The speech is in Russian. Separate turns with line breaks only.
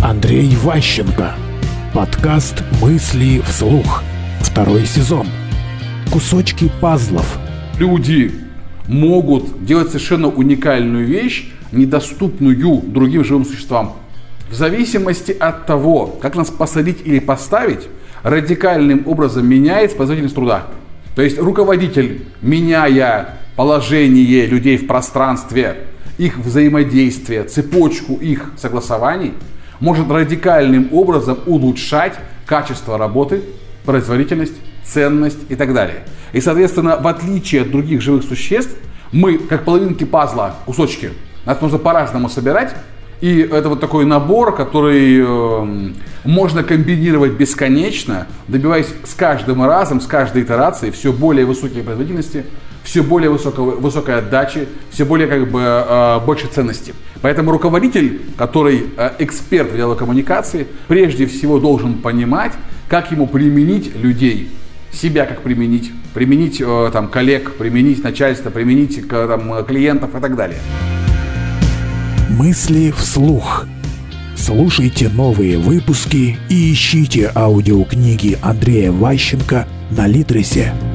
Андрей Ващенко. Подкаст «Мысли вслух». 2 сезон. Кусочки пазлов.
Люди могут делать совершенно уникальную вещь, недоступную другим живым существам. В зависимости от того, как нас посадить или поставить, радикальным образом меняется производительность труда. То есть руководитель, меняя положение людей в пространстве, их взаимодействие, цепочку их согласований, может радикальным образом улучшать качество работы, производительность, ценность и так далее. И, соответственно, в отличие от других живых существ, мы, как половинки пазла, кусочки, нас нужно по-разному собирать. И это вот такой набор, который можно комбинировать бесконечно, добиваясь с каждым разом, с каждой итерацией все более высокой производительности, все более высокой отдачи, все более больше ценности. Поэтому руководитель, который эксперт в делокоммуникации, прежде всего должен понимать, как ему применить людей, себя как применить коллег, применить начальство, применить клиентов и так далее.
Мысли вслух. Слушайте новые выпуски и ищите аудиокниги Андрея Ващенко на Литресе.